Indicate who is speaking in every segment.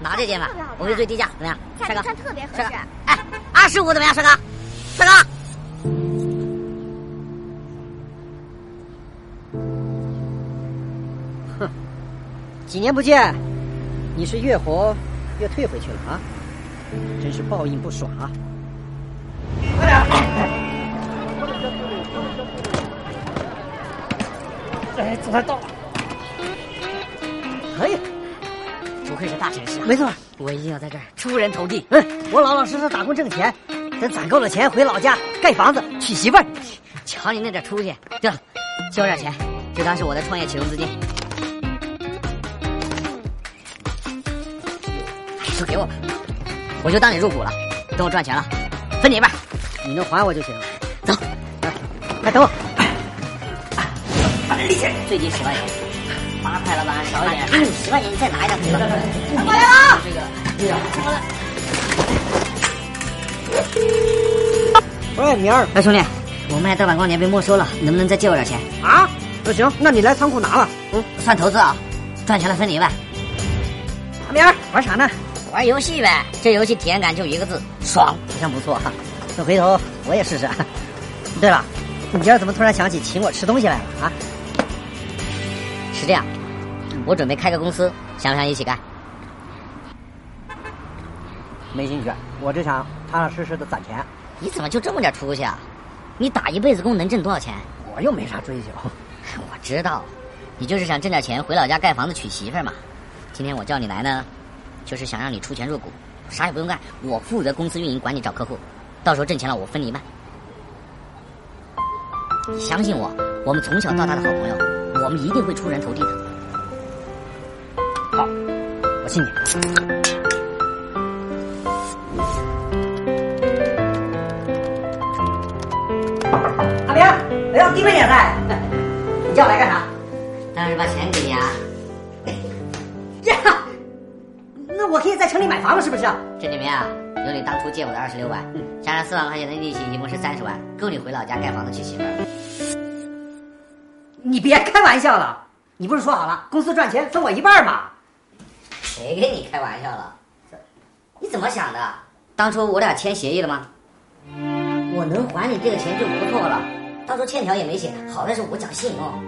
Speaker 1: 拿这件吧，我会最低价，怎么样？帅哥，
Speaker 2: 穿特别合适。
Speaker 1: 哎，25怎么样，帅哥？帅哥。
Speaker 3: 哼，几年不见，你是越活越退回去了啊！真是报应不爽啊！快点！哎，总算到了。可以，
Speaker 1: 不愧是大城市啊！
Speaker 3: 没错，
Speaker 1: 我一定要在这儿出人头地。
Speaker 3: 我老老实实打工挣钱，等攒够了钱回老家盖房子娶媳妇儿。
Speaker 1: 瞧你那点出息！对了，借我点钱，就当是我的创业启动资金。就给我吧，我就当你入股了。等我赚钱了，分你一半。
Speaker 3: 你能还我就行。
Speaker 1: 走，
Speaker 3: 快等我。
Speaker 1: 把这利息最低10万元。8块老板少一点，给你10万元，你再拿一张给我。
Speaker 3: 过来了，喂，明儿，
Speaker 1: 哎，兄弟，我卖盗版光年被没收了，能不能再借我点钱？
Speaker 3: 啊？那行，那你来仓库拿了。
Speaker 1: 算投资啊，赚钱了分你一半。
Speaker 3: 明儿玩啥呢？
Speaker 1: 玩游戏呗，这游戏体验感就一个字，爽，
Speaker 3: 好像不错哈。那回头我也试试。对了，你今儿怎么突然想起请我吃东西来了啊？
Speaker 1: 是这样，我准备开个公司，想不想一起干？
Speaker 3: 没兴趣，我只想踏踏实实的攒钱。
Speaker 1: 你怎么就这么点出息啊？你打一辈子工能挣多少钱？
Speaker 3: 我又没啥追求。
Speaker 1: 我知道，你就是想挣点钱回老家盖房子娶媳妇儿嘛。今天我叫你来呢，就是想让你出钱入股，啥也不用干，我负责公司运营，管你找客户，到时候挣钱了我分你一半。你相信我，我们从小到大的好朋友，我们一定会出人头地的。
Speaker 3: 好，我信你。阿明，我要低配点菜。你叫我来干啥？
Speaker 1: 当然是把钱给你啊。
Speaker 3: 呀，那我可以在城里买房了，是不是？
Speaker 1: 这里面啊，有你当初借我的26万，加上4万块钱的利息，一共是30万，够你回老家盖房子娶媳妇儿。
Speaker 3: 你别开玩笑了，你不是说好了公司赚钱分我一半吗？
Speaker 1: 谁跟你开玩笑了？你怎么想的？当初我俩签协议了吗？我能还你这个钱就不错了，到时候欠条也没写，好在是我讲信用。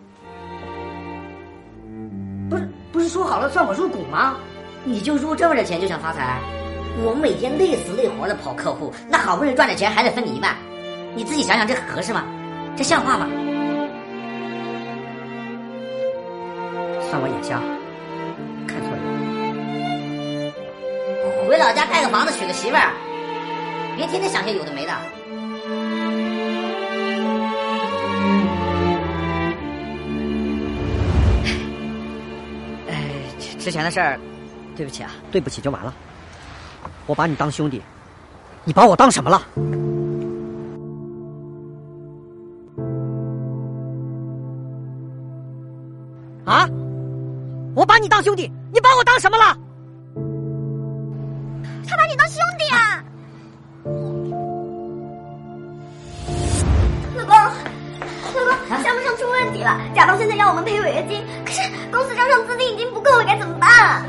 Speaker 3: 不是说好了算我入股吗？
Speaker 1: 你就入这么点钱就想发财？我每天累死累活的跑客户，那好不容易赚点钱还得分你一半，你自己想想这合适吗？这像话吗？
Speaker 3: 算我眼瞎，看错人。
Speaker 1: 回老家盖个房子娶个媳妇儿，别天天想些有的没的。之前的事儿，对不起啊。
Speaker 3: 对不起就完了。我把你当兄弟，你把我当什么了？啊？我把你当兄弟，你把我当什么了？
Speaker 2: 他把你当兄弟啊！老公，项目上出问题了，甲方现在要我们赔违约金，可是公司账上资金已经不够了，该怎么办？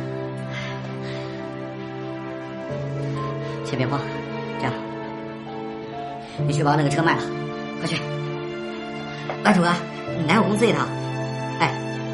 Speaker 1: 先别慌，这样，你去把我那个车卖了，快去。白土哥，你来我公司一趟。哎，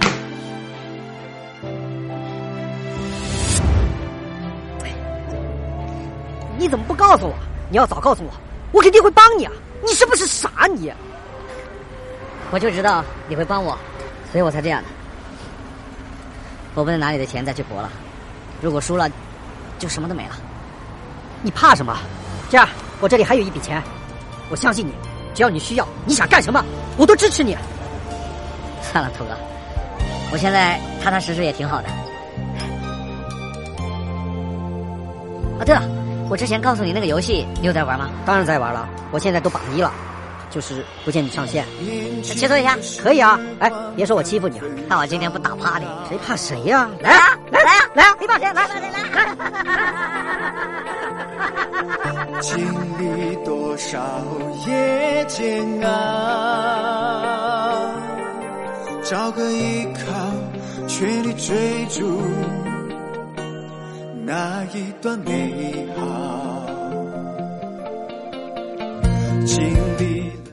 Speaker 3: 你怎么不告诉我？你要早告诉我，我肯定会帮你啊！你是不是傻你？
Speaker 1: 我就知道你会帮我，所以我才这样的。我不能拿你的钱再去搏了，如果输了，就什么都没了。
Speaker 3: 你怕什么？这样，我这里还有一笔钱，我相信你，只要你需要，你想干什么，我都支持你。
Speaker 1: 算了，土哥，我现在踏踏实实也挺好的。啊，对了，我之前告诉你那个游戏，你有在玩吗？
Speaker 3: 当然在玩了，我现在都榜1了，就是不见你上线。
Speaker 1: 切磋一下，
Speaker 3: 可以啊。哎，别说我欺负你啊，
Speaker 1: 看我今天不打趴你，
Speaker 3: 谁怕谁呀？
Speaker 1: 来啊，来啊，
Speaker 3: 来啊，没怕谁，来。
Speaker 4: 经历多少夜煎熬，找个依靠，全力追逐， 那一段美好，经历